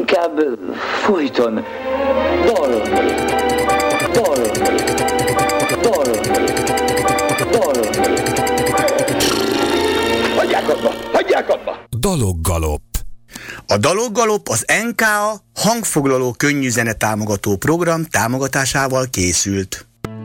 inkább folyton dalolni. Hagyják abba! Daloggalop. A Daloggalop az NKA hangfoglaló könnyűzene támogató program támogatásával készült.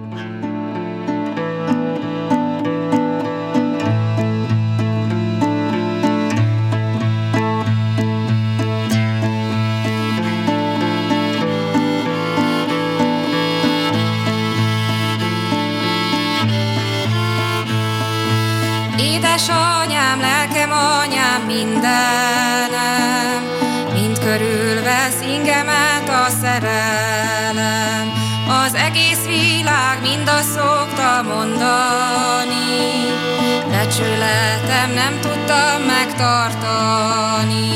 Édesanyám, lelkem, anyám, mindenem, mind körülvesz ingemet a szerelem. Az egész világ mind azt szokta mondani, becsületem nem tudtam megtartani.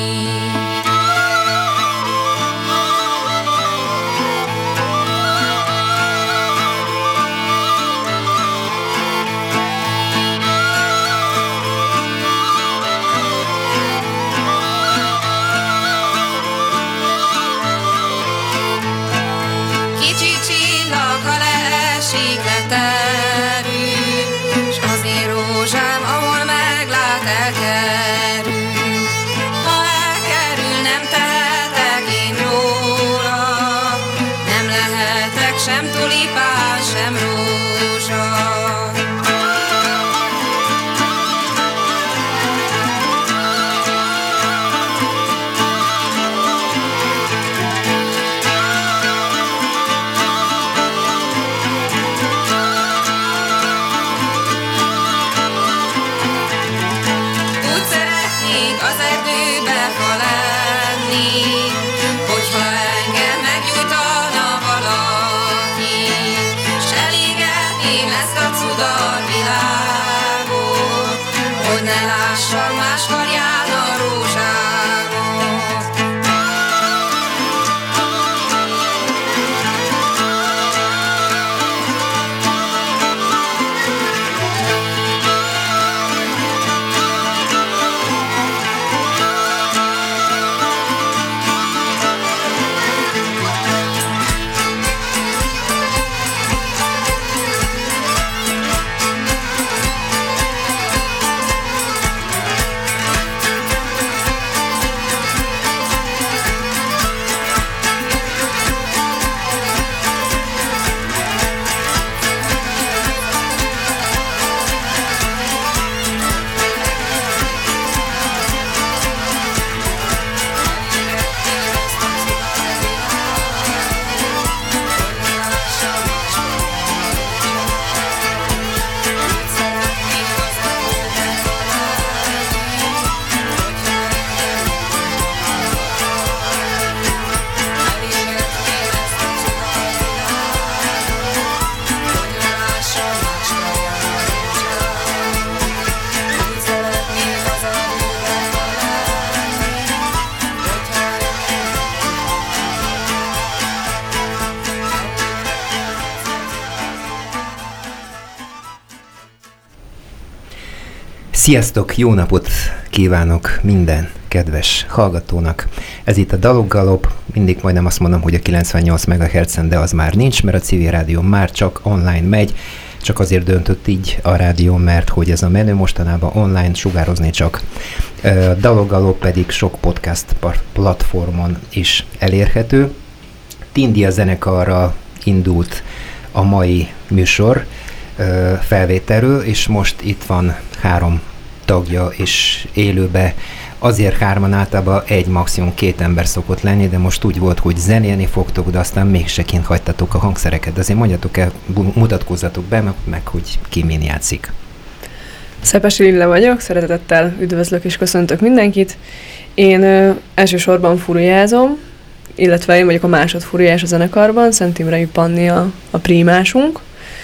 S az én rózsám, ahol meglát, elkerül. Ha elkerül, nem tehetek én róla, nem lehetek sem tulipán, sem rózsa. Sziasztok, jó napot kívánok minden kedves hallgatónak. Ez itt a Daloggalop, mindig majdnem azt mondom, hogy a 98 MHz-en, de az már nincs, mert a civil rádió már csak online megy, csak azért döntött így a rádió, mert hogy ez a menő mostanában online sugározni csak. A Daloggalop pedig sok podcast platformon is elérhető. Tindia zenekarral indult a mai műsor felvételről, és most itt van 3 tagja és élőbe. Azért 3-an, általában 1, maximum 2 ember szokott lenni, de most úgy volt, hogy zenélni fogtok, de aztán mégse kint hagytatok a hangszereket. De azért mondjatok el, mutatkozzatok be, meg hogy ki min játszik. Szepesi Lilla vagyok, szeretettel üdvözlök és köszöntök mindenkit. Én elsősorban furujázom, illetve én vagyok a másodfurujás a zenekarban, Szent Imrei Panni a prímásunk.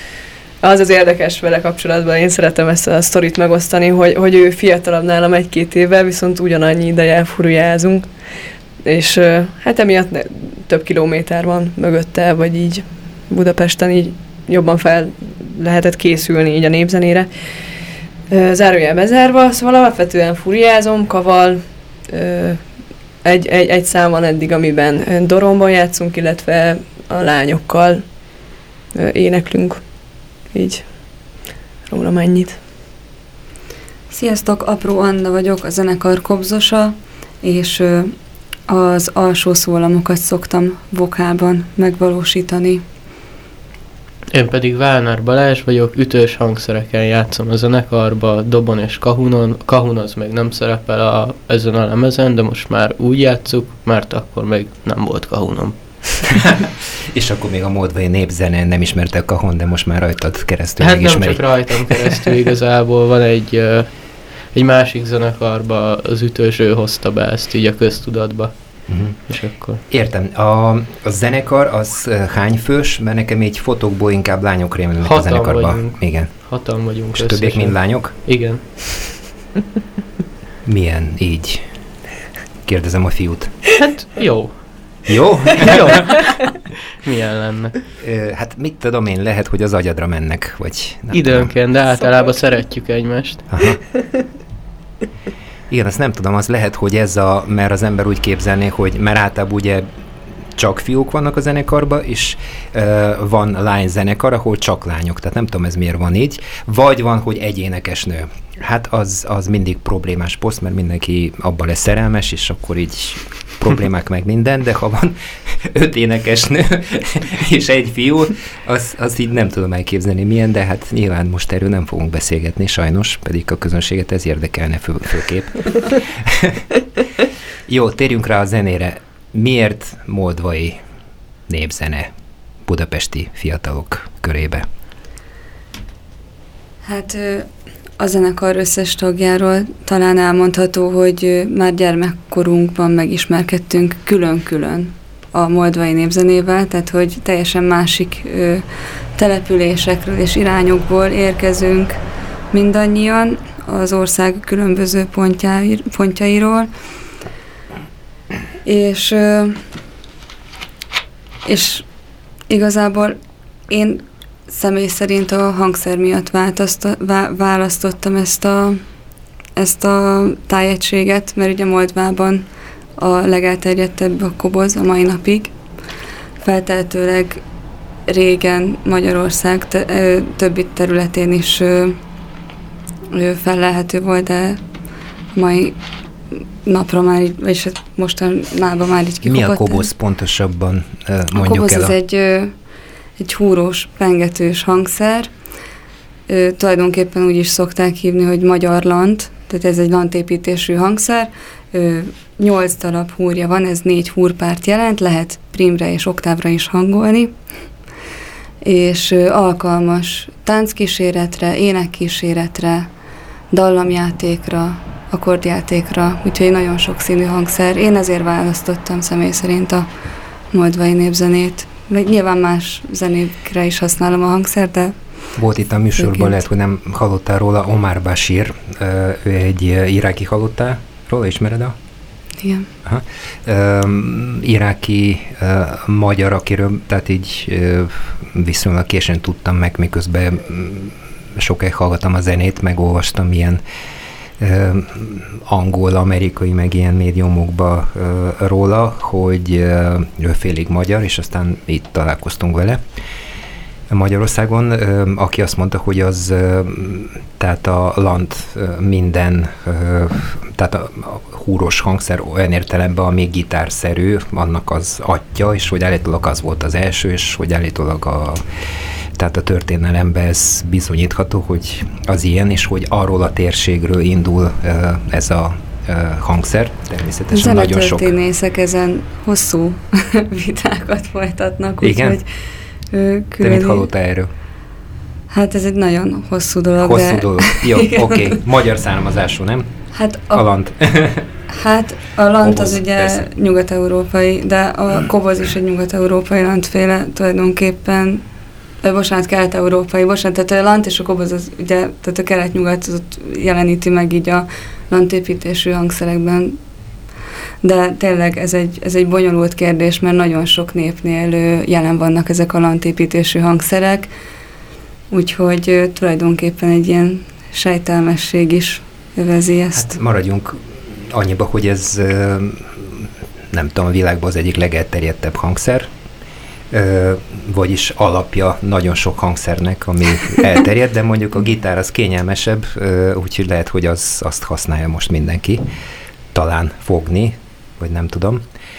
Az érdekes vele kapcsolatban, én szeretem ezt a sztorit megosztani, hogy ő fiatalabb nálam 1-2 évvel, viszont ugyanannyi ideje furujázunk, és hát emiatt több kilométer van mögötte, vagy így Budapesten így jobban fel lehetett készülni így a népzenére. Zárójel bezárva, szóval alapvetően furiázom, kaval, egy szám van eddig, amiben doromban játszunk, illetve a lányokkal éneklünk. Így rólam ennyit. Sziasztok, Apró Anna vagyok, a zenekar kobzosa, és az alsó szólamokat szoktam vokálban megvalósítani. Én pedig Válnár Balázs vagyok, ütős hangszereken játszom a zenekarba, dobon és kahunon. Kahun az még nem szerepel ezen a lemezen, de most már úgy játsszuk, mert akkor még nem volt kahunom. És akkor még a moldvai népzene nem ismerte a kahon, de most már rajtad keresztül hát megismeri. Nem csak rajtam keresztül igazából, van egy másik zenekarba az ütős, ő hozta be ezt így a köztudatba. És akkor... Értem. A zenekar az hány fős? Mert nekem így fotókból inkább lányok rémülnek a zenekarban. Igen. 6-an vagyunk. És többiek mind lányok? Igen. Milyen így? Kérdezem a fiút. Hát jó. Jó? Jó. Milyen lenne? Hát mit tudom én, lehet, hogy az agyadra mennek, vagy... Időnként, de általában szeretjük egymást. Aha. Igen, azt nem tudom, az lehet, hogy mert az ember úgy képzelné, hogy mert általában ugye csak fiúk vannak a zenekarban, és van lányzenekar, ahol csak lányok, tehát nem tudom, ez miért van így, vagy van, hogy egy énekesnő. Hát az mindig problémás poszt, mert mindenki abban lesz szerelmes, és akkor így problémák meg minden, de ha van 5 énekesnő és egy fiú, az így nem tudom elképzelni milyen, de hát nyilván most erről nem fogunk beszélgetni, sajnos, pedig a közönséget ez érdekelne főképp. Jó, térjünk rá a zenére. Miért moldvai népzene budapesti fiatalok körébe? Hát a zenekar összes tagjáról talán elmondható, hogy már gyermekkorunkban megismerkedtünk külön-külön a moldvai népzenével, tehát hogy teljesen másik településekről és irányokból érkezünk mindannyian az ország különböző pontjairól, és igazából én személy szerint a hangszer miatt választottam ezt a tájegységet, mert ugye Moldvában a legelterjedtebb a koboz a mai napig. Feltehetőleg régen Magyarország többi területén is fellelhető volt, de mai napra már így, vagyis mostanában már így kikopott. Mi a koboz pontosabban mondjuk el? A koboz az egy húrós, pengetős hangszer. Tulajdonképpen úgy is szokták hívni, hogy magyar lant, tehát ez egy lantépítésű hangszer. 8 darab húrja van, ez 4 húrpárt jelent, lehet primre és oktávra is hangolni, és alkalmas tánckíséretre, énekkíséretre, dallamjátékra, akkordjátékra, úgyhogy nagyon sokszínű hangszer. Én ezért választottam személy szerint a moldvai népzenét. Nyilván más zenékre is használom a hangszer, de... Volt itt a műsorban, lehet, hogy nem hallottál róla, Omar Bashir, ő egy iráki, hallottál róla, ismered a? Igen. Aha. Iráki magyar, akiről tehát így viszonylag későn tudtam meg, miközben sokáig hallgattam a zenét, megolvastam ilyen angol, amerikai, meg ilyen médiumokba róla, hogy ő félig magyar, és aztán itt találkoztunk vele Magyarországon, aki azt mondta, hogy az, tehát a lant minden, tehát a húros hangszer olyan értelemben, ami gitárszerű, annak az atya, és hogy állítólag az volt az első, és hogy állítólag tehát a történelemben ez bizonyítható, hogy az ilyen, és hogy arról a térségről indul ez a hangszer. Természetesen nagyon sok. Zenetörténészek ezen hosszú vitákat folytatnak. Igen? Úgy, de mit hallottál erről? Hát ez egy nagyon hosszú dolog. Hosszú dolog. Jó, oké. Magyar származású, nem? Hát a lant. Hát a lant koboz, az ugye persze. Nyugat-európai, de a koboz is egy nyugat-európai lantféle tulajdonképpen. Kelet-európai, tehát a lant és a koboz az ugye, tehát a kelet-nyugatot jeleníti meg így a lantépítésű hangszerekben. De tényleg ez egy bonyolult kérdés, mert nagyon sok népnél jelen vannak ezek a lantépítésű hangszerek, úgyhogy tulajdonképpen egy ilyen sejtelmesség is övezi ezt. Hát maradjunk annyiba, hogy ez nem tudom, a világban az egyik legelterjedtebb hangszer, vagyis alapja nagyon sok hangszernek, ami elterjed, de mondjuk a gitár az kényelmesebb, úgyhogy lehet, hogy azt használja most mindenki. Talán fogni, vagy nem tudom.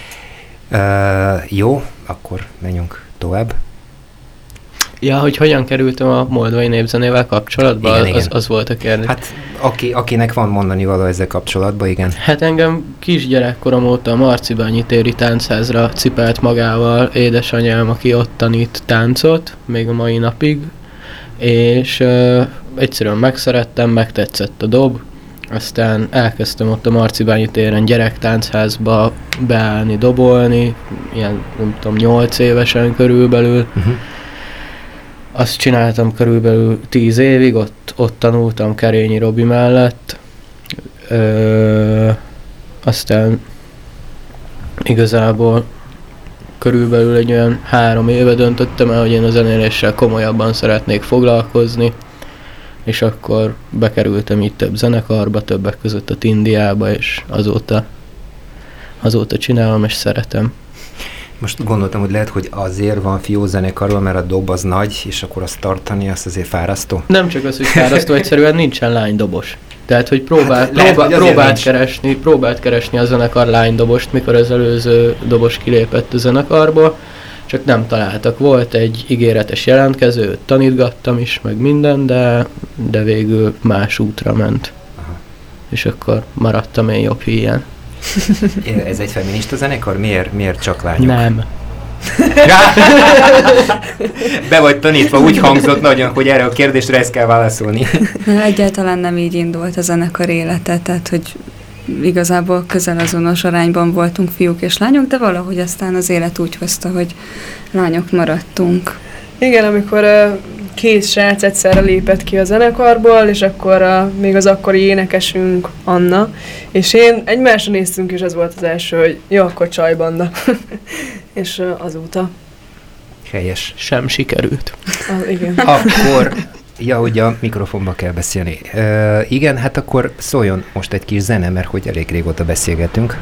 Jó, akkor menjünk tovább. Ja, hogy hogyan kerültem a moldvai népzenével kapcsolatba, igen. Az volt a kérdés. Hát akinek van mondani való ezzel kapcsolatban, igen. Hát engem kisgyerekkorom óta a Marcibányi téri táncházra cipelt magával édesanyám, aki ott tanít táncot, még a mai napig, és egyszerűen megszerettem, megtetszett a dob, aztán elkezdtem ott a Marcibányi téren gyerektáncházba beállni, dobolni, ilyen nem tudom, 8 évesen körülbelül. Azt csináltam körülbelül 10 évig, ott tanultam Kerényi Robi mellett. Aztán igazából körülbelül egy olyan 3 éve döntöttem el, hogy én a zenéléssel komolyabban szeretnék foglalkozni, és akkor bekerültem itt több zenekarba, többek között a Tindiába, és azóta csinálom és szeretem. Most gondoltam, hogy lehet, hogy azért van fiózenekarban, mert a dob az nagy, és akkor azt tartani, azt azért fárasztó. Nem csak az, hogy fárasztó, egyszerűen nincsen lánydobos. Tehát, hogy próbált keresni a zenekar lánydobost, mikor az előző dobos kilépett a zenekarból, csak nem találtak. Volt egy ígéretes jelentkező, tanítgattam is, meg minden, de végül más útra ment. Aha. És akkor maradtam én jobb híján. Ez egy feminista zenekar? Miért csak lányok? Nem. Be vagy tanítva, úgy hangzott nagyon, hogy erre a kérdésre ezt kell válaszolni. Egyáltalán nem így indult a zenekar élete, tehát hogy igazából közel azonos arányban voltunk fiúk és lányok, de valahogy aztán az élet úgy hozta, hogy lányok maradtunk. Igen, amikor két srác egyszerre lépett ki a zenekarból, és akkor még az akkori énekesünk, Anna, és én egymásra néztünk, és ez volt az első, hogy jó, akkor csajbanda. És azóta. Helyes. Sem sikerült. Igen. Akkor, ja, hogy a mikrofonba kell beszélni. Igen, hát akkor szóljon most egy kis zene, mert hogy elég régóta beszélgetünk.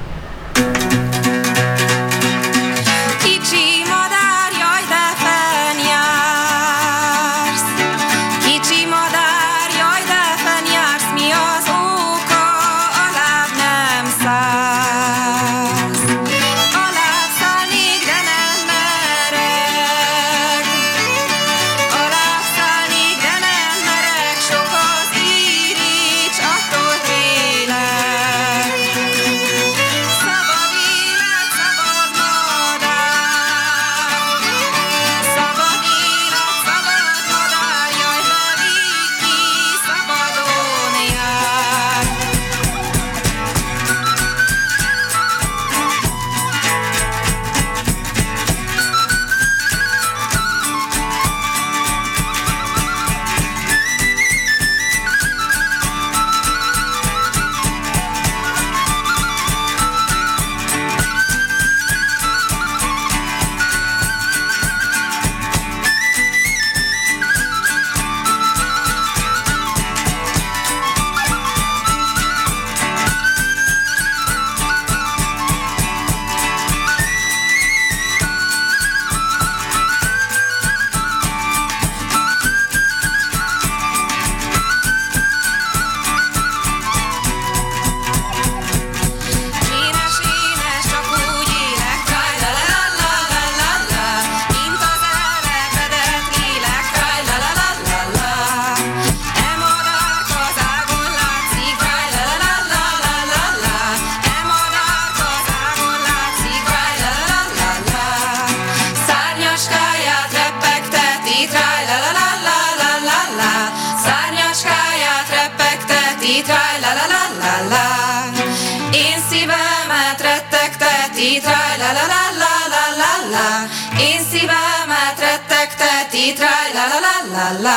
Én szívemet rettegteti, traj-la-la-la-la-la.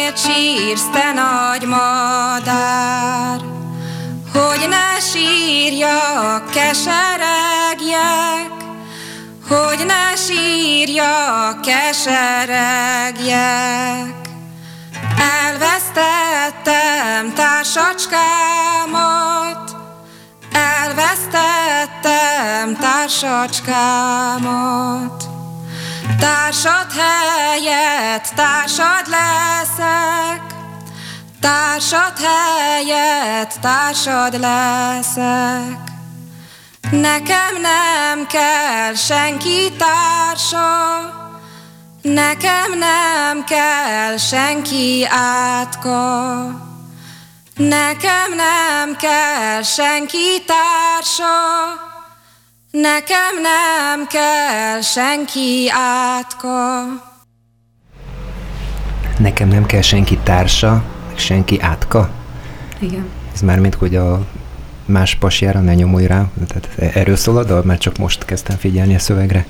miért sírsz, te nagy madár? Hogy ne sírjak, keseregjek, hogy ne sírjak, keseregjek. Elvesztettem társacskámat, elvesztettem társacskámat. Társad helyett társad leszek, társad helyett társad leszek. Nekem nem kell senki társa, nekem nem kell senki átka. Nekem nem kell senki társa, nekem nem kell senki átka. Nekem nem kell senki társa, senki átka? Igen. Ez már mint hogy a más pasjára ne nyomulj rá. Tehát erről szól a dal, mert csak most kezdtem figyelni a szövegre.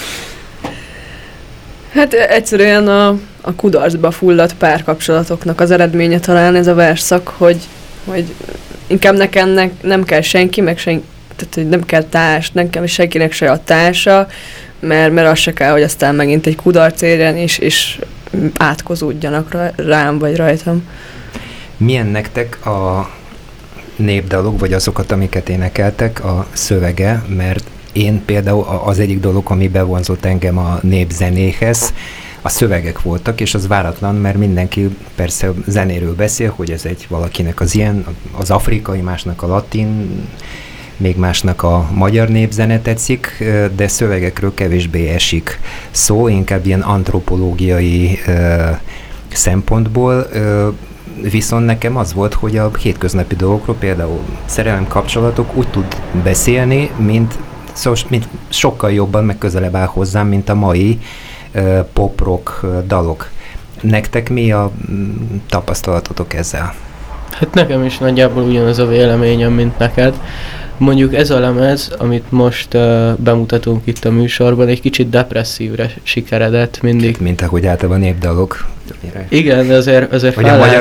Hát egyszerűen a kudarcba fulladt párkapcsolatoknak az eredménye talán ez a versszak, hogy inkább nekem nem kell senki, tehát hogy nem kell társ, nem kell senkinek se a társa, mert az se kell, hogy aztán megint egy kudarc érjen, és átkozódjanak rám vagy rajtam. Milyen nektek a népdalok, vagy azokat, amiket énekeltek, a szövege, mert én például az egyik dolog, ami bevonzott engem a népzenéhez, a szövegek voltak, és az váratlan, mert mindenki persze zenéről beszél, hogy ez egy valakinek az ilyen, az afrikai, másnak a latin, még másnak a magyar népzene tetszik, de szövegekről kevésbé esik szó, inkább ilyen antropológiai szempontból, viszont nekem az volt, hogy a hétköznapi dolgokról, például szerelem kapcsolatok úgy tud beszélni, mint sokkal jobban, meg közelebb áll hozzám, mint a mai pop-rock dalok. Nektek mi a tapasztalatotok ezzel? Hát nekem is nagyjából ugyanaz a véleményem, mint neked. Mondjuk ez a lemez, amit most bemutatunk itt a műsorban, egy kicsit depresszívre sikeredett mindig. Mint ahogy általában népdalok. Igen, de azért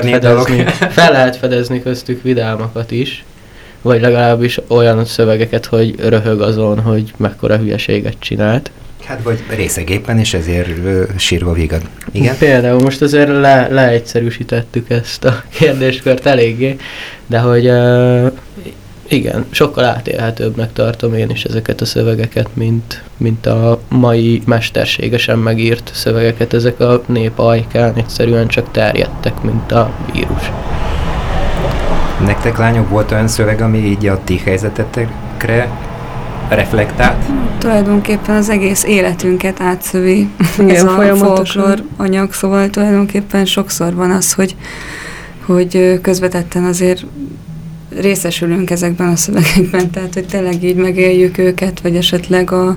fel lehet fedezni köztük vidámakat is. Vagy legalábbis olyan szövegeket, hogy röhög azon, hogy mekkora hülyeséget csinált. Hát vagy részegéppen, és ezért sírva vigad. Igen? Például most azért leegyszerűsítettük ezt a kérdéskört eléggé, de hogy igen, sokkal átélhetőbbnek tartom én is ezeket a szövegeket, mint a mai mesterségesen megírt szövegeket. Ezek a nép ajkán egyszerűen csak terjedtek, mint a vírus. Nektek, lányok, volt olyan szöveg, ami így a ti helyzetetekre reflektált? Tulajdonképpen az egész életünket átszövi ez a folklór anyag, szóval tulajdonképpen sokszor van az, hogy közvetetten azért részesülünk ezekben a szövegekben, tehát hogy tényleg így megéljük őket, vagy esetleg a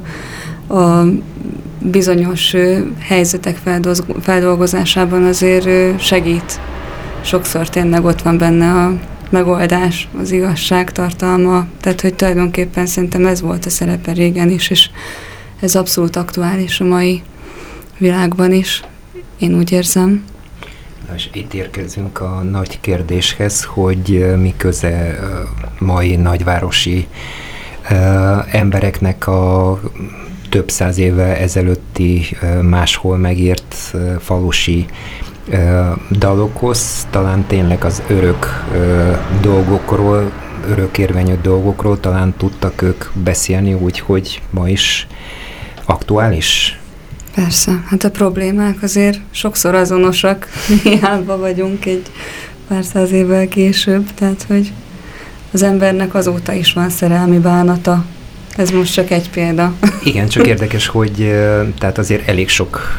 bizonyos helyzetek feldolgozásában azért segít. Sokszor tényleg ott van benne a megoldás, az igazság tartalma, tehát hogy tulajdonképpen szerintem ez volt a szerepe régen is, és ez abszolút aktuális a mai világban is, én úgy érzem. És itt érkezünk a nagy kérdéshez, hogy mi köze mai nagyvárosi embereknek a több száz évvel ezelőtti máshol megírt falusi dalokhoz, talán tényleg az örök dolgokról, örökérvényű dolgokról talán tudtak ők beszélni úgy, hogy ma is aktuális? Persze, hát a problémák azért sokszor azonosak, hiába vagyunk egy pár száz évvel később, tehát hogy az embernek azóta is van szerelmi bánata. Ez most csak egy példa. Igen, csak érdekes, hogy tehát azért elég sok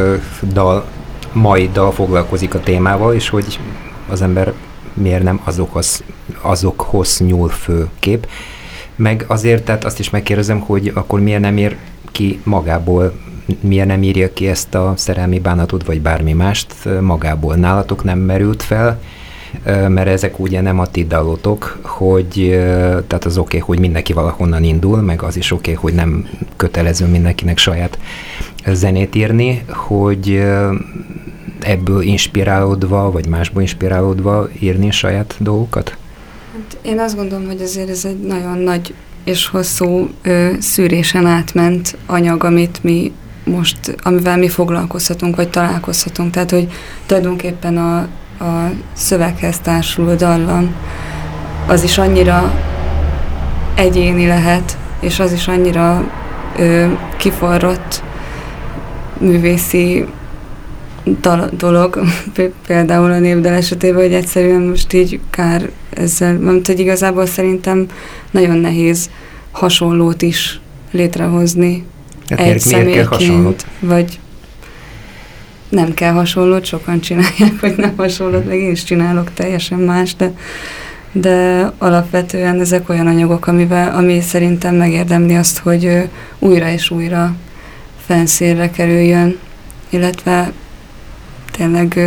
mai dal foglalkozik a témával, és hogy az ember miért nem azokhoz nyúl főképp. Meg azért, tehát azt is megkérdezem, hogy akkor miért nem ír ki magából, miért nem írja ki ezt a szerelmi bánatot, vagy bármi mást magából. Nálatok nem merült fel, mert ezek ugye nem a ti dalotok, hogy tehát az oké, hogy mindenki valahonnan indul, meg az is oké, hogy nem kötelező mindenkinek saját zenét írni, hogy ebből inspirálódva, vagy másból inspirálódva írni saját dolgokat? Hát én azt gondolom, hogy azért ez egy nagyon nagy és hosszú szűrésen átment anyag, amivel mi foglalkozhatunk, vagy találkozhatunk. Tehát, hogy tulajdonképpen a szöveghez társuló dallam az is annyira egyéni lehet, és az is annyira kiforrott művészi dolog, például a népdal esetében, hogy egyszerűen most így kár ezzel, mert hogy igazából szerintem nagyon nehéz hasonlót is létrehozni egy személyként, vagy nem kell hasonlót, sokan csinálják, vagy nem hasonlót, meg én is csinálok teljesen más, de alapvetően ezek olyan anyagok, ami szerintem megérdemli azt, hogy újra és újra fenszélre kerüljön, illetve tényleg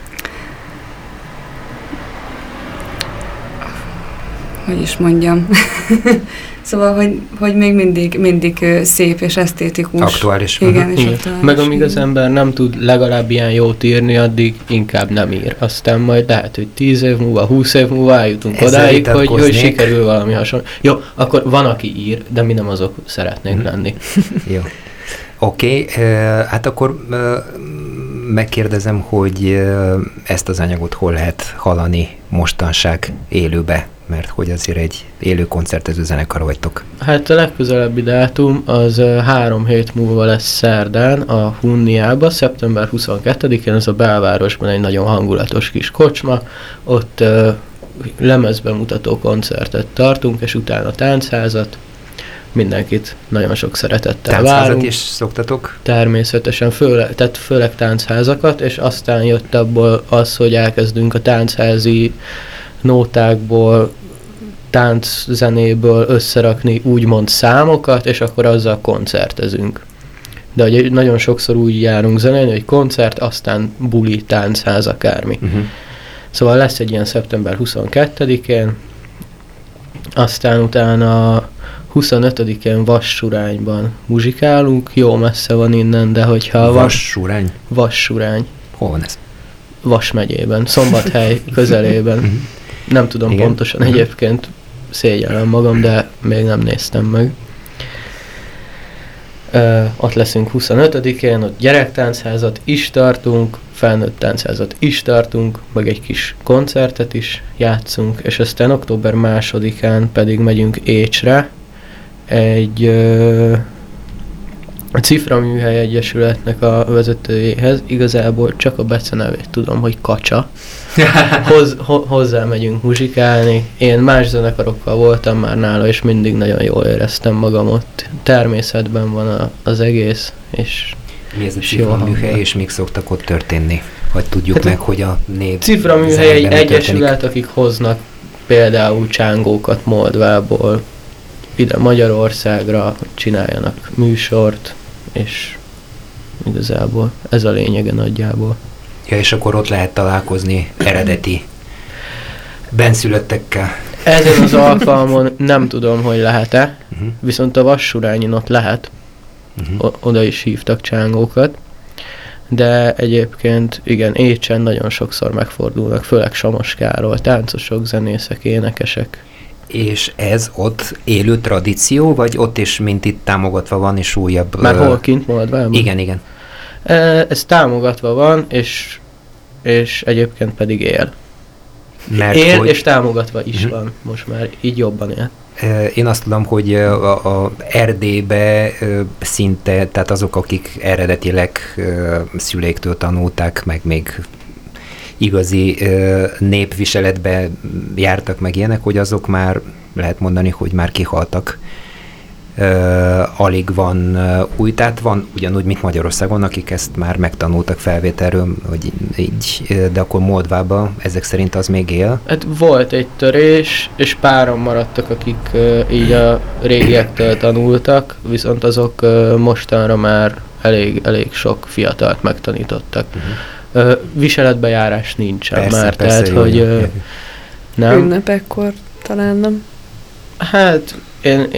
hogy is mondjam, szóval, hogy még mindig szép és esztétikus. Aktuális. Igen, és aktuális. Meg amíg az ember nem tud legalább ilyen jót írni, addig inkább nem ír. Aztán majd lehet, hogy 10 év múlva, 20 év múlva eljutunk odáig, hogy sikerül valami hasonló. Jó, akkor van, aki ír, de mi nem azok szeretnénk lenni. Jó. Oké, hát akkor megkérdezem, hogy ezt az anyagot hol lehet hallani mostanság élőbe, mert hogy azért egy élő koncertező zenekar vagytok. Hát a legközelebbi dátum az 3 hét múlva lesz szerdán a Hunniába, szeptember 22-én, ez a belvárosban egy nagyon hangulatos kis kocsma, ott lemezbemutató koncertet tartunk, és utána táncházat. Mindenkit nagyon sok szeretettel várunk. Táncházat is szoktatok? Természetesen, főleg táncházakat, és aztán jött abból az, hogy elkezdünk a táncházi nótákból, tánczenéből összerakni úgymond számokat, és akkor azzal koncertezünk. De ugye nagyon sokszor úgy járunk zenélni, hogy koncert, aztán buli, táncház, akármi. Szóval lesz egy ilyen szeptember 22-én, aztán utána 25-én Vassurányban muzsikálunk, jó messze van innen, de hogyha Vassurány? Vassurány. Hol van ez? Vas megyében, Szombathely közelében. Nem tudom igen, pontosan egyébként, szégyellem magam, de még nem néztem meg. Ott leszünk 25-én, ott gyerektáncházat is tartunk, felnőtt táncházat is tartunk, meg egy kis koncertet is játszunk, és aztán október 2-án pedig megyünk Écsre, egy a Cifra Műhely Egyesületnek a vezetőjéhez, igazából csak a becenevét tudom, hogy Kacsa. Hozzá megyünk muzsikálni. Én más zenekarokkal voltam már nála, és mindig nagyon jól éreztem magam ott. Természetben van az egész, és mi ez a Cifra Műhely, és még szoktak ott történni? Hogy tudjuk hát meg, hogy a nép... Cifra Műhely egy egyesület, akik hoznak például csángókat Moldvából ide Magyarországra, hogy csináljanak műsort, és igazából ez a lényege nagyjából. Ja, és akkor ott lehet találkozni eredeti benszülöttekkel. Ezen az alkalmon nem tudom, hogy lehet-e, viszont a Vassurányin ott lehet, oda is hívtak csángókat, de egyébként igen, Écsen nagyon sokszor megfordulnak, főleg Samoskáról, táncosok, zenészek, énekesek. És ez ott élő tradíció, vagy ott is, mint itt támogatva van, és újabb... Már hol kint Moldvában? Igen. Ez támogatva van, és egyébként pedig él. Él, és támogatva is van, most már így jobban él. Én azt tudom, hogy a Erdélybe szinte, tehát azok, akik eredetileg szüleiktől tanulták, meg még igazi népviseletbe jártak meg ilyenek, hogy azok már lehet mondani, hogy már kihaltak. Alig van új, tehát van ugyanúgy, mint Magyarországon, akik ezt már megtanultak felvételről, vagy így, de akkor Moldvában ezek szerint az még él? Hát volt egy törés, és páran maradtak, akik így a régiektől tanultak, viszont azok mostanra már elég sok fiatalt megtanítottak. Viseletbejárás nincsen persze, már, persze, tehát, hogy nem. Ünnepekkor talán nem. Hát én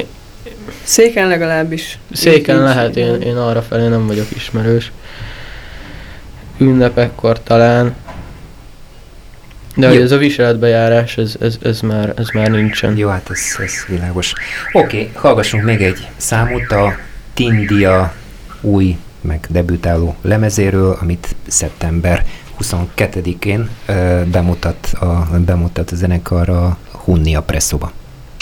Széken legalábbis. Széken lehet, én arra felé nem vagyok ismerős. ünnepekkor talán. De hogy ez a viseletbejárás, ez már nincsen. Jó, hát ez világos. Oké, hallgassunk még egy számot a Tindia új, meg debütáló lemezéről, amit szeptember 22-én bemutat a zenekar a Hunnia Presszóba.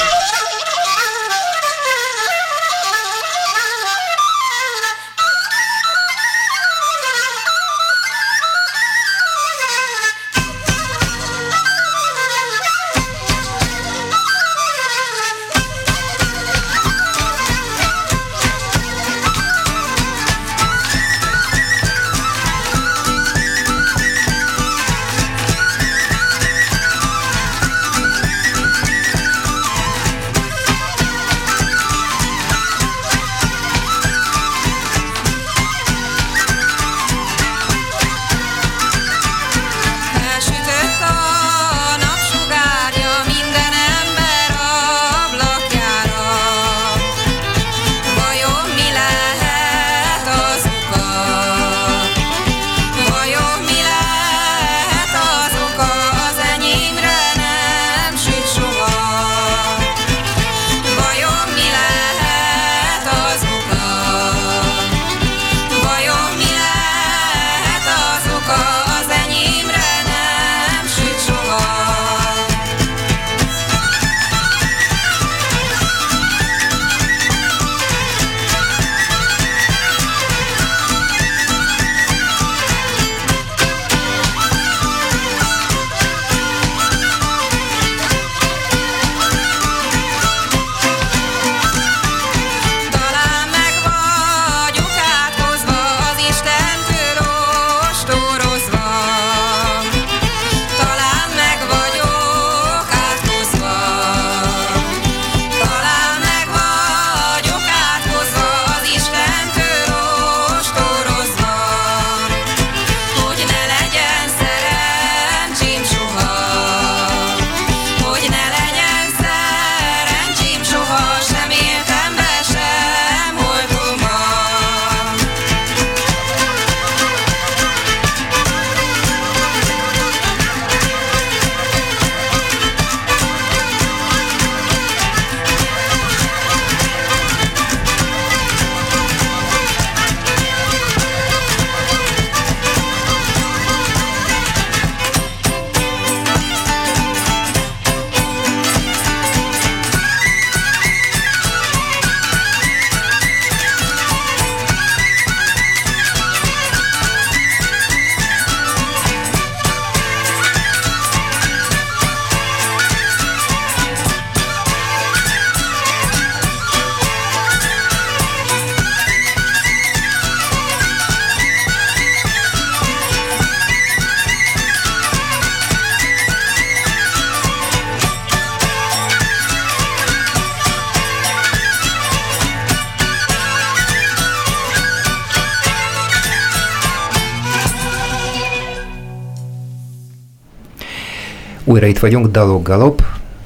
Újra itt vagyunk, Dalok Galop,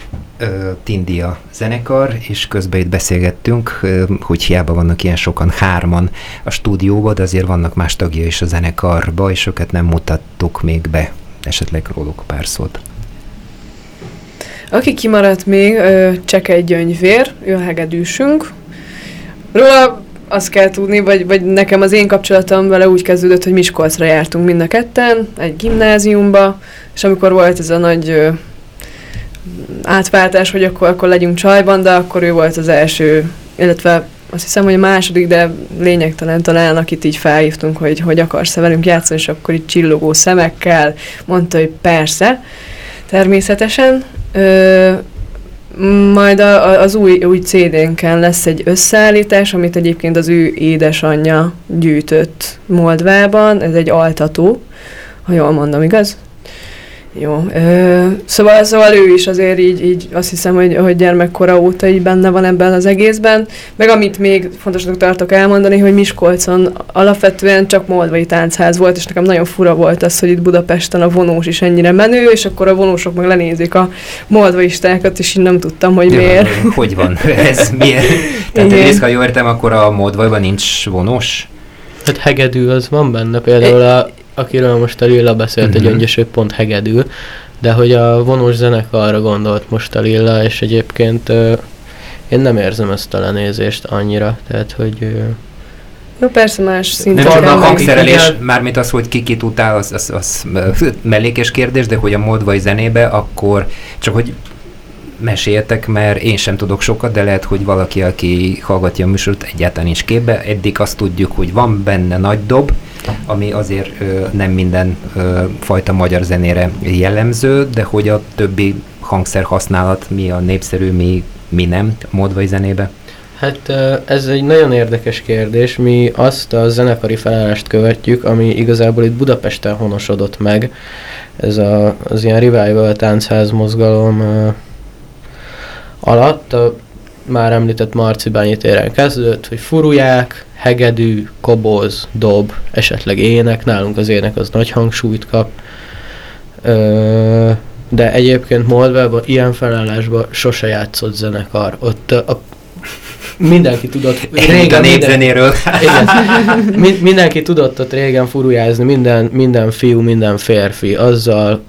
Tindia zenekar, és közben itt beszélgettünk, hogy hiába vannak ilyen sokan, 3 a stúdióban, de azért vannak más tagja is a zenekarba, és őket nem mutattuk még be. Esetleg róluk pár szót. Aki kimaradt még, Csekely Gyöngyvér, ő a hegedűsünk. Róla azt kell tudni, vagy nekem az én kapcsolatom vele úgy kezdődött, hogy Miskolcra jártunk mind a ketten, egy gimnáziumba, és amikor volt ez a nagy átváltás, hogy akkor legyünk csajban, de akkor ő volt az első, illetve azt hiszem, hogy a második, de lényegtelen talán, akit így felhívtunk, hogy akarsz-e velünk játszani, és akkor így csillogó szemekkel mondta, hogy persze, természetesen. Majd az új CD-nken lesz egy összeállítás, amit egyébként az ő édesanyja gyűjtött Moldvában, ez egy altató, ha jól mondom, igaz? Jó. Szóval ő is azért így azt hiszem, hogy gyermekkora óta így benne van ebben az egészben. Meg amit még fontosnak tartok elmondani, hogy Miskolcon alapvetően csak moldvai táncház volt, és nekem nagyon fura volt az, hogy itt Budapesten a vonós is ennyire menő, és akkor a vonósok meg lenézik a moldvaistákat, és így nem tudtam, hogy miért. Hogy van? Ez miért? Tehát egyrészt, ha jól értem, akkor a Moldvajban nincs vonós? Hát hegedű az van benne, például akiről most a Lilla beszélt, egy öngyöső pont hegedül, de hogy a vonós zenekarra gondolt most a Lilla, és egyébként én nem érzem ezt a lenézést annyira, tehát hogy... Jó, persze más szinten. Nem csak a hangszerelés, mármint az, hogy kit utál, az mellékes kérdés, de hogy a moldvai zenébe, akkor csak hogy meséljetek, mert én sem tudok sokat, de lehet, hogy valaki, aki hallgatja a műsort, egyáltalán nincs képbe. Eddig azt tudjuk, hogy van benne nagy dob, ami azért nem minden fajta magyar zenére jellemző, de hogy a többi hangszer használat mi a népszerű, mi nem a moldvai zenébe? Hát ez egy nagyon érdekes kérdés. Mi azt a zenekari felállást követjük, ami igazából itt Budapesten honosodott meg. Ez az ilyen revival táncház mozgalom alatt, a már említett Marcibányi téren kezdődött, hogy furuják, hegedű, koboz, dob, esetleg ének, nálunk az ének az nagy hangsúlyt kap. De egyébként Moldvában ilyen felállásban sose játszott zenekar. Ott mindenki tudott régen a népzenéről. Mindenki tudott ott régen furujázni, minden fiú, minden férfi, azzal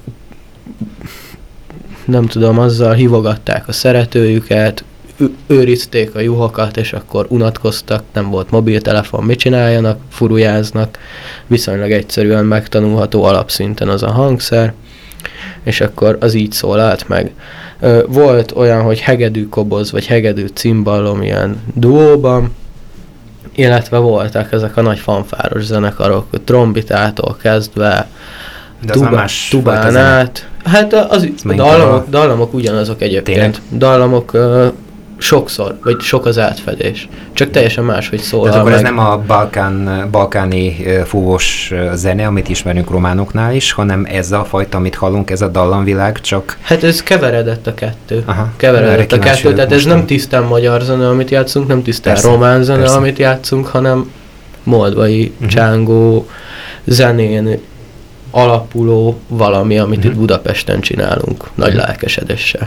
nem tudom, azzal hívogatták a szeretőjüket, őrizték a juhokat, és akkor unatkoztak, nem volt mobiltelefon, mit csináljanak, furujáznak, viszonylag egyszerűen megtanulható alapszinten az a hangszer, és akkor az így szólalt meg. Volt olyan, hogy hegedű koboz, vagy hegedű cimballom ilyen duóban, illetve voltak ezek a nagy fanfáros zenekarok, trombitától kezdve, tubán át. Hát az dallamok ugyanazok egyébként. Tényleg? Dallamok sokszor, vagy sok az átfedés. Csak teljesen máshogy szól. Tehát akkor ez nem a balkáni fúvós zene, amit ismerünk románoknál is, hanem ez a fajta, amit hallunk, ez a dallamvilág, csak... Hát ez keveredett a kettő. Keveredett a kettő, tehát ez nem tisztán magyar zene, amit játszunk, nem tisztán román zene, amit játszunk, hanem moldvai, csángó zenén alapuló valami, amit itt Budapesten csinálunk, nagy lelkesedéssel.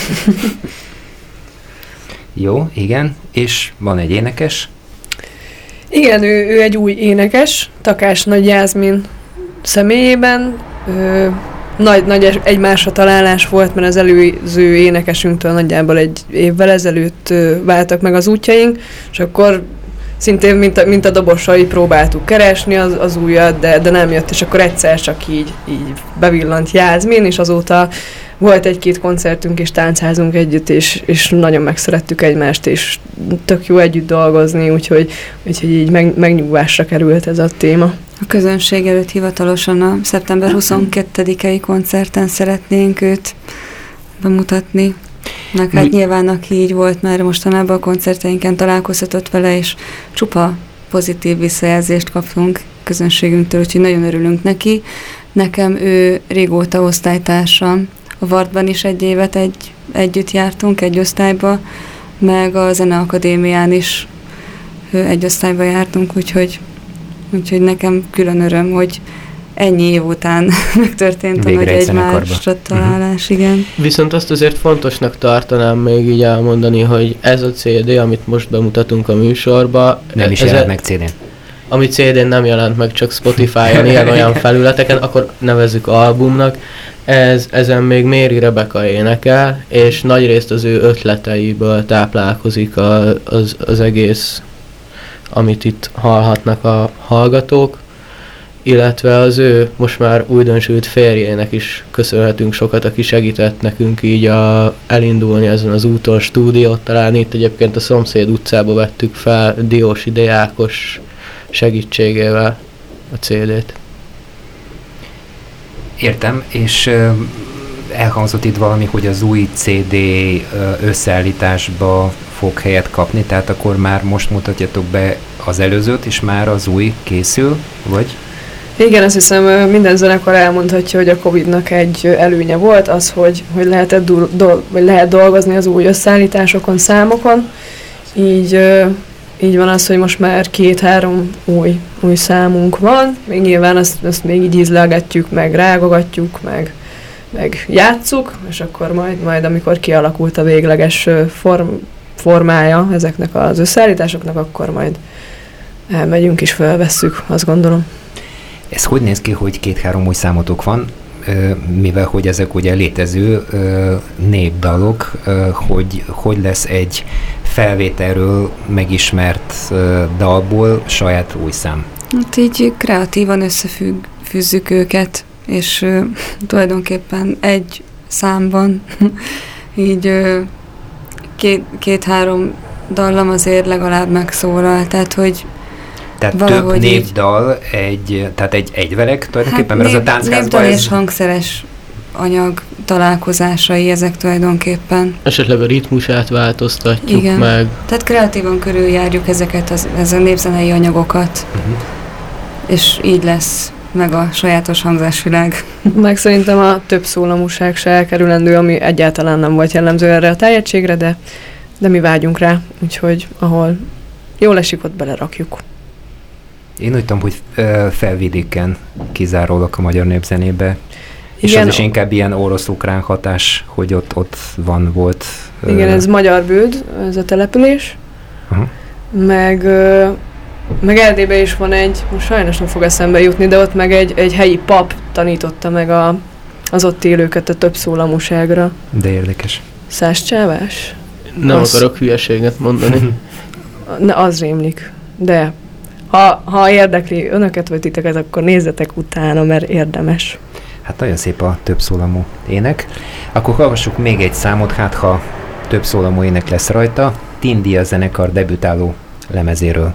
Jó, igen, és van egy énekes. Igen, ő egy új énekes, Takás Nagy Jászmin személyében. Nagy egymásra találás volt, mert az előző énekesünktől nagyjából egy évvel ezelőtt váltak meg az útjaink, és akkor szintén, mint a dobosai próbáltuk keresni az újat, de nem jött, és akkor egyszer csak így bevillant Jászmin, és azóta volt egy-két koncertünk és táncházunk együtt, és nagyon megszerettük egymást, és tök jó együtt dolgozni, úgyhogy így megnyugvásra került ez a téma. A közönség előtt hivatalosan a szeptember 22-i koncerten szeretnénk őt bemutatni. Hát nyilván, aki így volt, már mostanában a koncerteinken találkozhatott vele, és csupa pozitív visszajelzést kaptunk közönségünktől, úgyhogy nagyon örülünk neki. Nekem ő régóta osztálytársam. A Vartban is egy évet együtt jártunk, egy osztályba, meg a Zeneakadémián is egy osztályba jártunk, úgyhogy nekem külön öröm, hogy ennyi év után megtörtént a nagy egymásra találás, igen. Viszont azt azért fontosnak tartanám még így elmondani, hogy ez a CD, amit most bemutatunk a műsorba... Nem is jelent meg CD-n. Ami CD-n nem jelent meg, csak Spotify-on, ilyen-olyan felületeken, akkor nevezzük albumnak. Ezen még Méri Rebeka énekel, és nagyrészt az ő ötleteiből táplálkozik az egész, amit itt hallhatnak a hallgatók, illetve az ő most már újdonsült férjének is köszönhetünk sokat, aki segített nekünk így elindulni ezen az úton, stúdiót találni. Itt egyébként a szomszéd utcába vettük fel Diósi Deákos segítségével a CD-t. Értem, és elhangzott itt valami, hogy az új CD összeállításba fog helyet kapni, tehát akkor már most mutatjátok be az előzőt, és már az új készül, vagy? Igen, azt hiszem minden zenekar elmondhatja, hogy a Covid-nak egy előnye volt az, hogy lehet dolgozni az új összeállításokon, számokon. Így van az, hogy most már 2-3 új számunk van. Még nyilván azt még így ízlelgetjük, meg rágogatjuk, meg játsszuk, és akkor majd amikor kialakult a végleges formája ezeknek az összeállításoknak, akkor majd elmegyünk és felvesszük, azt gondolom. Ez hogy néz ki, hogy 2-3 új számotok van, mivel hogy ezek ugye létező népdalok, hogy lesz egy felvételről megismert dalból saját új szám? Hát így kreatívan összefűzzük őket, és tulajdonképpen egy számban így 2-3 dallam azért legalább megszólal, tehát hogy tehát több népdal, tehát egy egyvelek tulajdonképpen, mert az a táncházban népdal és hangszeres anyag találkozásai ezek tulajdonképpen. Esetleg a ritmusát változtatjuk igen. meg. Tehát kreatívan körüljárjuk ezeket ez a népzenei anyagokat, és így lesz meg a sajátos hangzásvilág. Meg szerintem a több szólamúság se elkerülendő, ami egyáltalán nem volt jellemző erre a tájegységre, de mi vágyunk rá, úgyhogy ahol jól esik, ott belerakjuk. Én úgy tudom, hogy felvidéken kizárólag a magyar népzenébe, és igen, az is inkább ilyen orosz-ukrán hatás, hogy ott volt. Igen, ez Magyar Bőd, ez a település, meg Erdélyben is van egy, most sajnos nem fog eszembe jutni, de ott meg egy helyi pap tanította meg az ott élőket a több szólamúságra. De érdekes. Szászcsávás? Nem akarok hülyeséget mondani. Az rémlik, de ha érdekli önöket vagy titeket, akkor nézzetek utána, mert érdemes. Hát nagyon szép a többszólamú ének. Akkor hallgassuk még egy számot, hát ha többszólamú ének lesz rajta. Tindia zenekar debütáló lemezéről.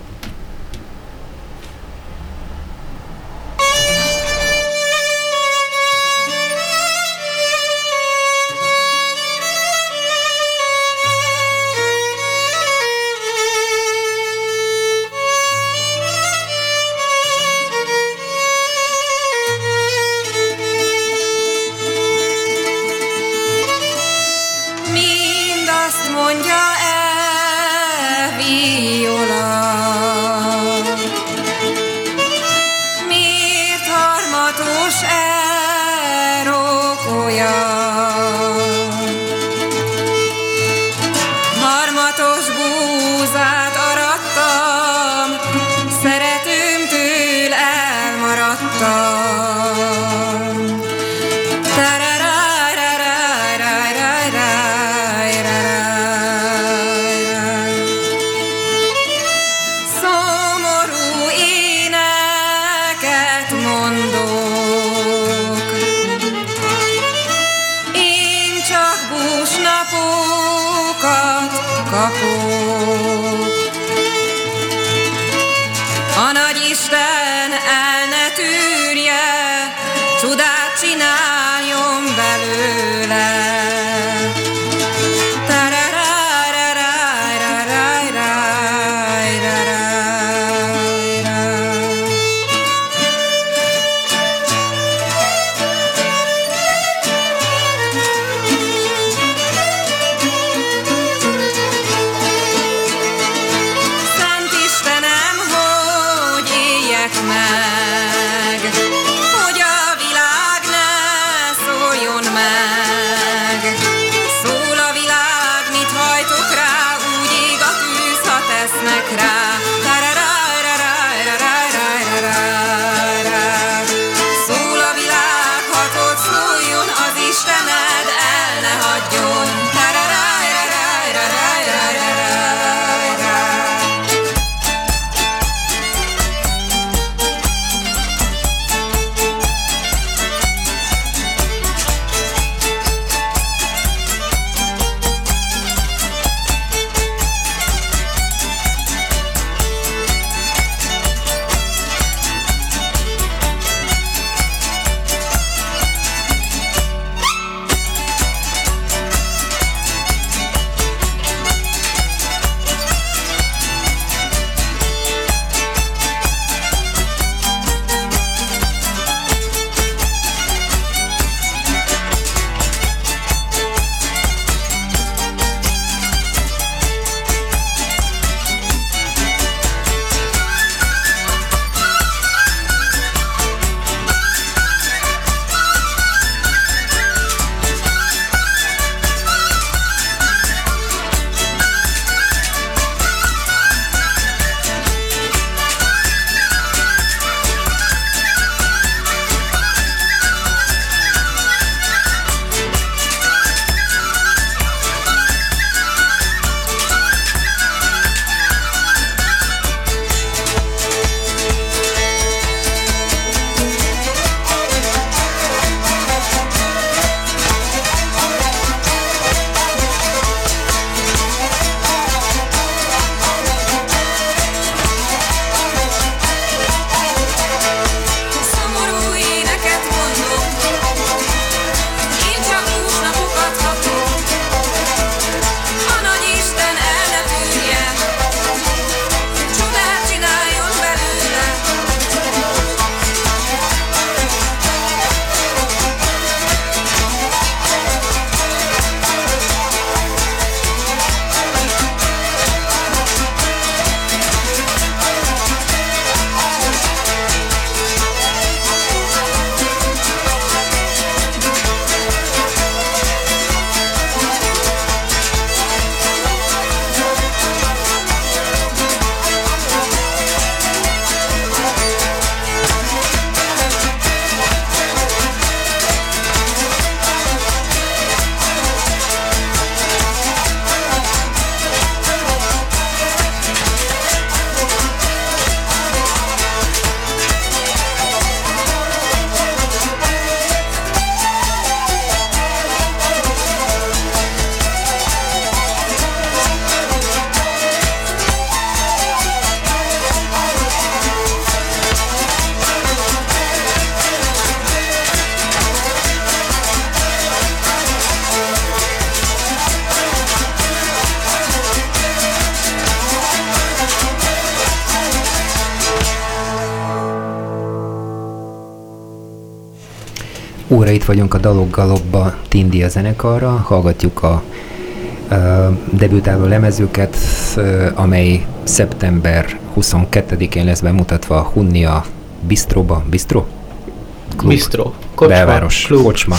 Újra itt vagyunk a Dalok Galopba Tindia zenekarra, hallgatjuk a debütáló lemezüket, amely szeptember 22-én lesz bemutatva a Hunnia Bistroba. Bistro? Klub. Bistro. Kocsma. Belváros. Klub. Kocsma.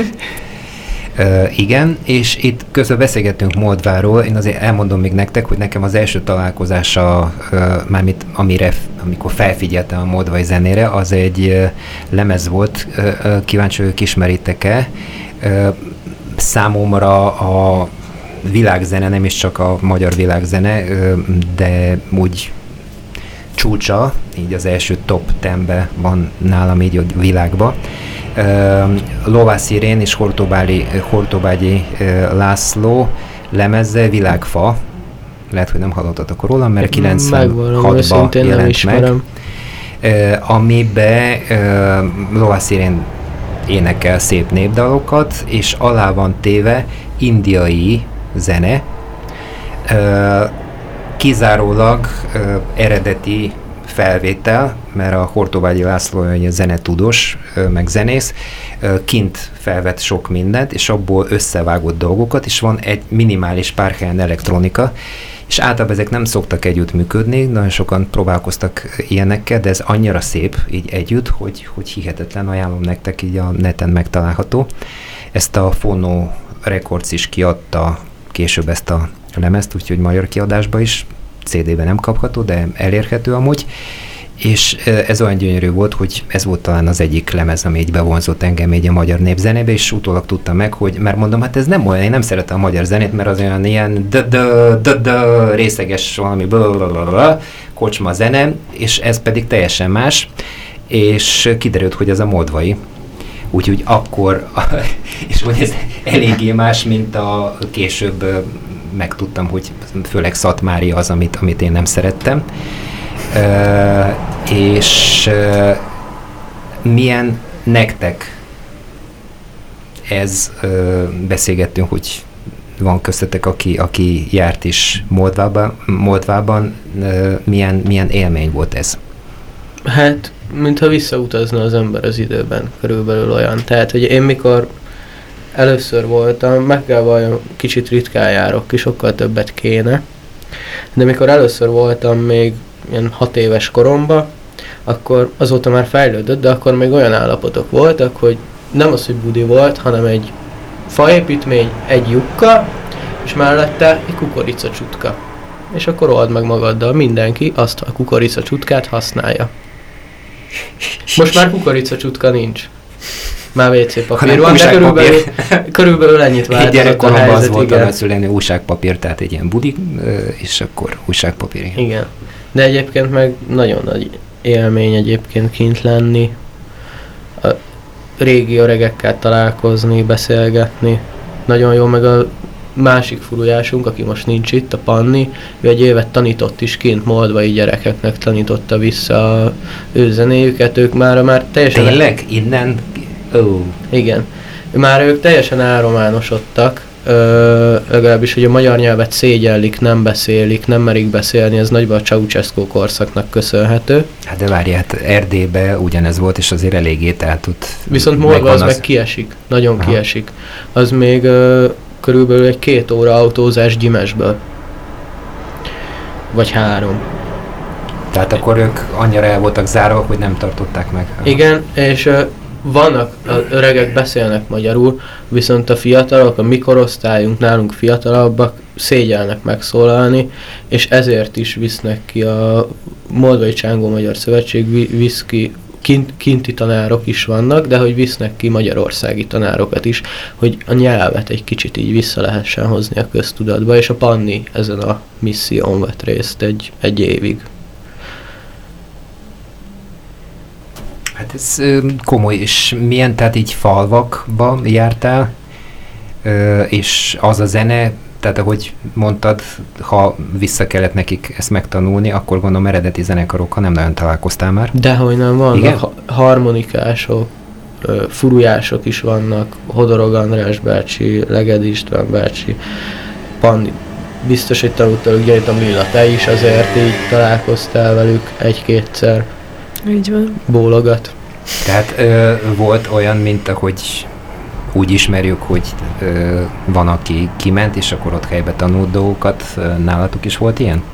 Igen, és itt közben beszélgettünk Moldváról. Én azért elmondom még nektek, hogy nekem az első találkozása, mármint amikor felfigyeltem a moldvai zenére, az egy lemez volt, kíváncsi vagyok, ismeritek-e. Számomra a világzene, nem is csak a magyar világzene, de úgy csúcsa, így az első top 10-be van nálam így a világba. Lovász Irén és Hortobágyi László lemeze Világfa. Lehet, hogy nem hallottatok róla, mert 96-ban jelent meg. Amiben Lovász Irén énekel szép népdalokat, és alá van téve indiai zene, kizárólag eredeti felvétel, mert a Hortobágyi László egy zenetudós, meg zenész, kint felvett sok mindent, és abból összevágott dolgokat, és van egy minimális pár helyen elektronika, és általában ezek nem szoktak együtt működni, nagyon sokan próbálkoztak ilyenekkel, de ez annyira szép így együtt, hogy hihetetlen, ajánlom nektek, így a neten megtalálható. Ezt a Phono Records is kiadta később ezt a lemezt, úgyhogy magyar kiadásba is, CD-ben nem kapható, de elérhető amúgy, és ez olyan gyönyörű volt, hogy ez volt talán az egyik lemez, ami így bevonzott engem így a magyar népzenébe, és utólag tudtam meg, hogy, mert mondom, hát ez nem olyan, én nem szeretem a magyar zenét, mert az olyan ilyen részeges valami kocsma zene, és ez pedig teljesen más, és kiderült, hogy ez a moldvai. Úgyhogy akkor, és hogy ez eléggé más, mint a később megtudtam, hogy főleg Szatmári az, amit én nem szerettem. És milyen nektek ez, beszélgettünk, hogy van köztetek, aki járt is Moldvában, milyen élmény volt ez? Hát, mintha visszautazna az ember az időben, körülbelül olyan. Tehát, hogy én mikor először voltam, meg kell valljam, kicsit ritkán járok ki, sokkal többet kéne, de mikor először voltam még ilyen 6 éves koromban, akkor azóta már fejlődött, de akkor még olyan állapotok voltak, hogy nem az, hogy budi volt, hanem egy faépítmény, egy lyukka, és mellette egy kukoricacsutka. És akkor old meg magaddal, mindenki azt a kukoricacsutkát használja. Most már kukoricacsutka nincs. Már WC papír van, de körülbelül ennyit változott a helyzet. Az volt a szüleni újságpapír, tehát egy ilyen budi, és akkor újságpapír. Igen. De egyébként meg nagyon nagy élmény egyébként kint lenni, a régi öregekkel találkozni, beszélgetni. Nagyon jó, meg a másik furujásunk, aki most nincs itt, a Panni, ő egy évet tanított is kint, moldvai gyerekeknek tanította vissza a ő zenéjüket, ők már teljesen... Tényleg? Innen? Igen. Már ők teljesen elrománosodtak, legalábbis, hogy a magyar nyelvet szégyellik, nem beszélik, nem merik beszélni, ez nagyban a Ceausescu korszaknak köszönhető. Hát de várj, hát Erdélybe ugyanez volt, és azért eléggé tud. Viszont Moldva az meg kiesik, nagyon kiesik. Az még körülbelül egy 2 óra autózás Gyimesből. Vagy 3. Tehát akkor ők annyira el voltak zárva, hogy nem tartották meg. Igen, és vannak, az öregek beszélnek magyarul, viszont a fiatalok, a mi korosztályunk, nálunk fiatalabbak szégyelnek megszólalni, és ezért is visznek ki a Moldvai Csángó Magyar Szövetség, visz ki, kinti tanárok is vannak, de hogy visznek ki magyarországi tanárokat is, hogy a nyelvet egy kicsit így vissza lehessen hozni a köztudatba, és a Panni ezen a misszión vett részt egy évig. Hát ez komoly, és milyen, tehát így falvakba jártál, és az a zene, tehát ahogy mondtad, ha vissza kellett nekik ezt megtanulni, akkor gondolom eredeti zenekarokkal nem nagyon találkoztál már. Dehogy nem, vannak harmonikások, furujások is vannak, Hodorog András bácsi, Legedi István bácsi, Panni, biztos, hogy tanultál, gyanítom Lilla, te is azért így találkoztál velük 1-2-szer. Így van. Bólogat. Tehát volt olyan, mint ahogy úgy ismerjük, hogy van, aki kiment, és akkor ott helybe tanult dolgokat. Nálatok is volt ilyen?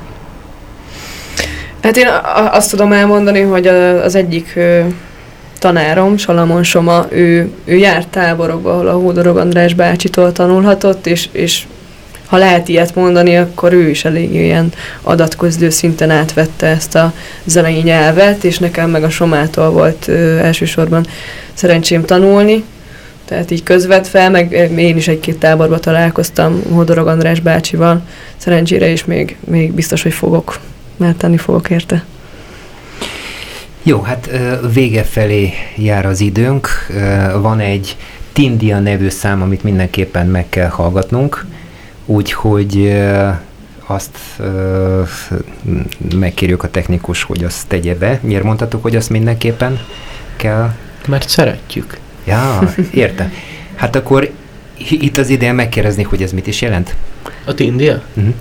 Hát én azt tudom elmondani, hogy az egyik tanárom, Salamon Soma, ő járt táborokba, ahol a Hódorog András bácsitól tanulhatott, és ha lehet ilyet mondani, akkor ő is elég ilyen adatközlő szinten átvette ezt a zenei nyelvet, és nekem meg a Somától volt elsősorban szerencsém tanulni, tehát így közvetve, meg én is egy-két táborba találkoztam Hódorog András bácsival, szerencsére is még biztos, hogy fogok, mert tenni fogok érte. Jó, hát vége felé jár az időnk. Van egy Tindia nevű szám, amit mindenképpen meg kell hallgatnunk, úgyhogy azt megkérjük a technikus, hogy azt tegye be. Miért mondhatok, hogy azt mindenképpen kell? Mert szeretjük. Ja, értem. Hát akkor itt az ideje megkérdezni, hogy ez mit is jelent? A Tindia? Uh-huh.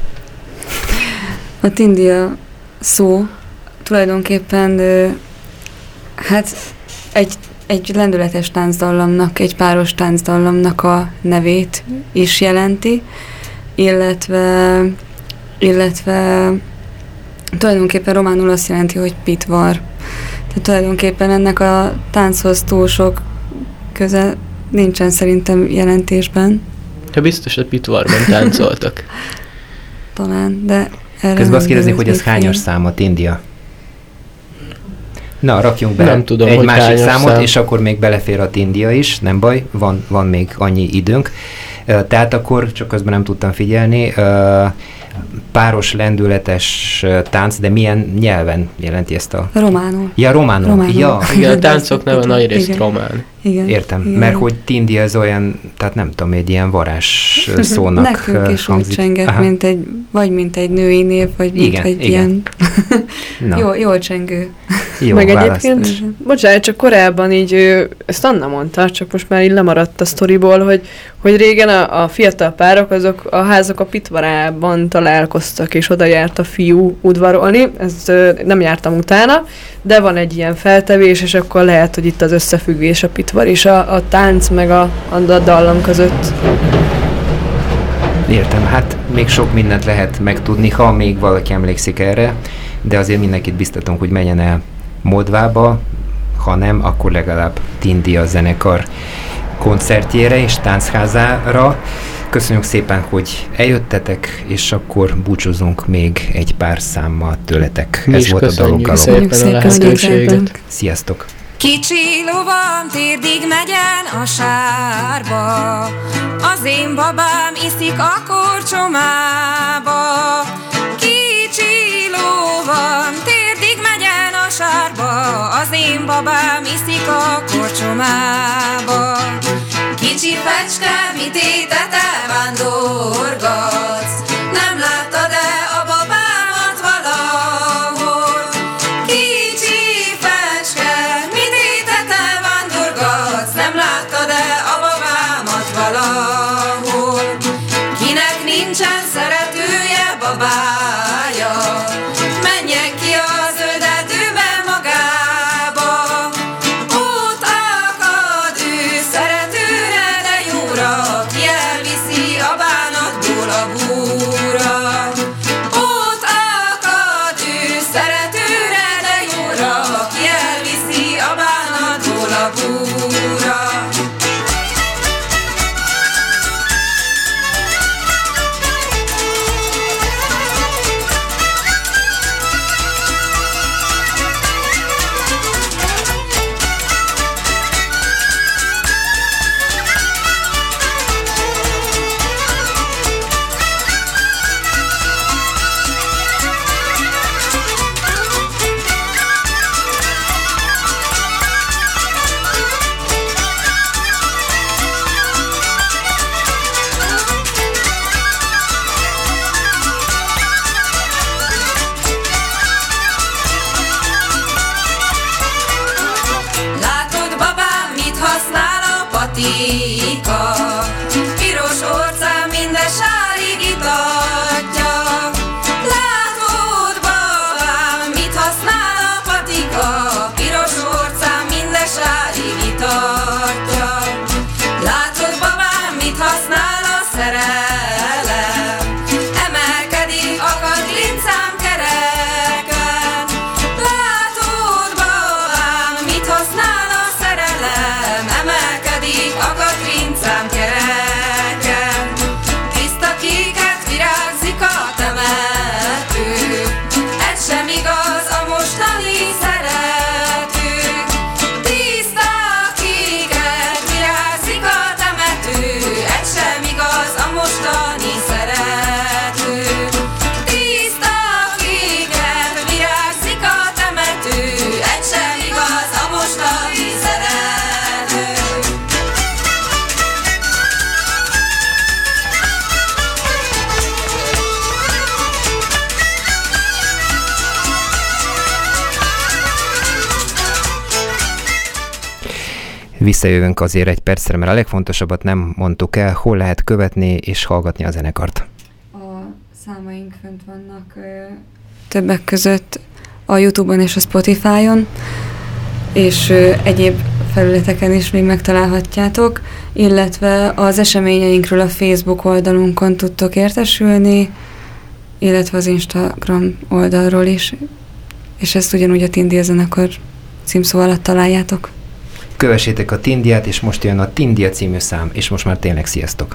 A Tindia szó tulajdonképpen hát egy lendületes táncdallamnak, egy páros táncdallamnak a nevét is jelenti, illetve tulajdonképpen románul azt jelenti, hogy pitvar. Tehát tulajdonképpen ennek a tánchoz túl sok köze nincsen szerintem jelentésben. Ja, biztos, hogy pitvarban táncoltak. Talán, de erre közben azt kérdezni, hogy ez hányas számot, India? Na, rakjunk be nem tudom, egy másik számot, szám. és akkor még belefér a India is, nem baj, van még annyi időnk. Tehát akkor, csak közben nem tudtam figyelni, páros, lendületes tánc, de milyen nyelven jelenti ezt a... Románul. Ja, románul. Ja. Igen, a táncok neve nagyrészt román. Igen. Értem, igen. mert hogy Tindia ez olyan, tehát nem tudom, egy ilyen varázs szónak nekünk is úgy hangzik. csengett, mint egy női név, vagy igen, mint egy igen. ilyen... jól csengő. Jó meg választ. egyébként, bocsánat, csak korábban így, ezt Anna mondta, csak most már így lemaradt a sztoriból, hogy régen a fiatal párok, azok a házak a pitvarában találkoztak, és oda járt a fiú udvarolni, ezt nem jártam utána, de van egy ilyen feltevés, és akkor lehet, hogy itt az összefüggés a pitvar és a tánc meg a dallam között. Értem, hát még sok mindent lehet megtudni, ha még valaki emlékszik erre, de azért mindenkit biztatunk, hogy menjen el Modvába, ha nem, akkor legalább Tindia zenekar koncertjére és táncházára. Köszönjük szépen, hogy eljöttetek, és akkor búcsúzunk még egy pár számmal tőletek. Mi ez volt a Daloggalop. szépen a lehetőséget. Sziasztok! Kicsi lovam térdig megyen a sárba, az én babám iszik a korcsomába. Kicsi lovam térdig megyen a sárba, az én babám iszik a korcsomába. Kicsi fecske, mit étete vándorgatsz, nem láttad-e a babámat valahol? Kicsi fecske, mit étete vándorgatsz, nem láttad-e a babámat valahol? Kinek nincsen szeretője, babája, menjen ki a zöld erdőbe magába. Ott akad ő szeretőre, de jóra, ki elviszi a bánatból a búra. Ott akad ő szeretőre, de jóra, ki elviszi a bánatból a búra. Látod, babám, mit használ a patika? Piros orcán minden sárig itatja. Látod, babám, mit használ a patika? Piros orcán folyik a katrincám kereken. Tiszta kéket virágzik a temető, ez sem igaz a mostani szeretők. Tiszta kéket virágzik a temető, ez sem igaz a mostani szeretők. Tiszta kéket virágzik a temető, ez sem igaz a mostani szeretők. Visszajövünk azért egy percre, mert a legfontosabbat nem mondtuk el, hol lehet követni és hallgatni a zenekart. A számaink fönt vannak többek között a YouTube-on és a Spotify-on, és egyéb felületeken is még megtalálhatjátok, illetve az eseményeinkről a Facebook oldalunkon tudtok értesülni, illetve az Instagram oldalról is, és ezt ugyanúgy a Tindia zenekar címszó alatt találjátok. Kövessétek a Tindiát, és most jön a Tindia című szám, és most már tényleg sziasztok!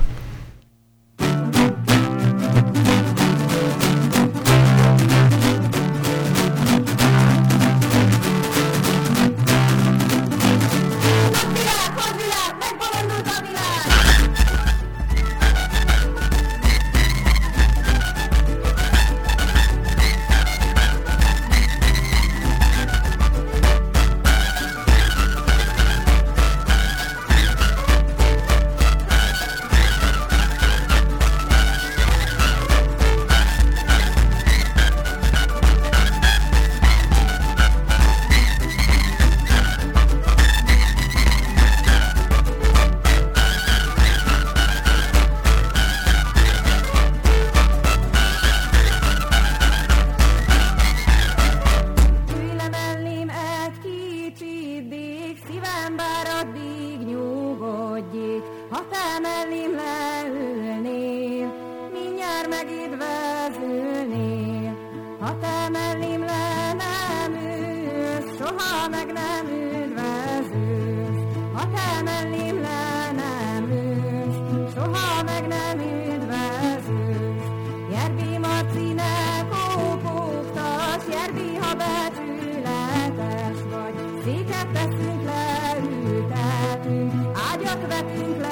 Széket teszünk le, ültetünk, ágyat vetünk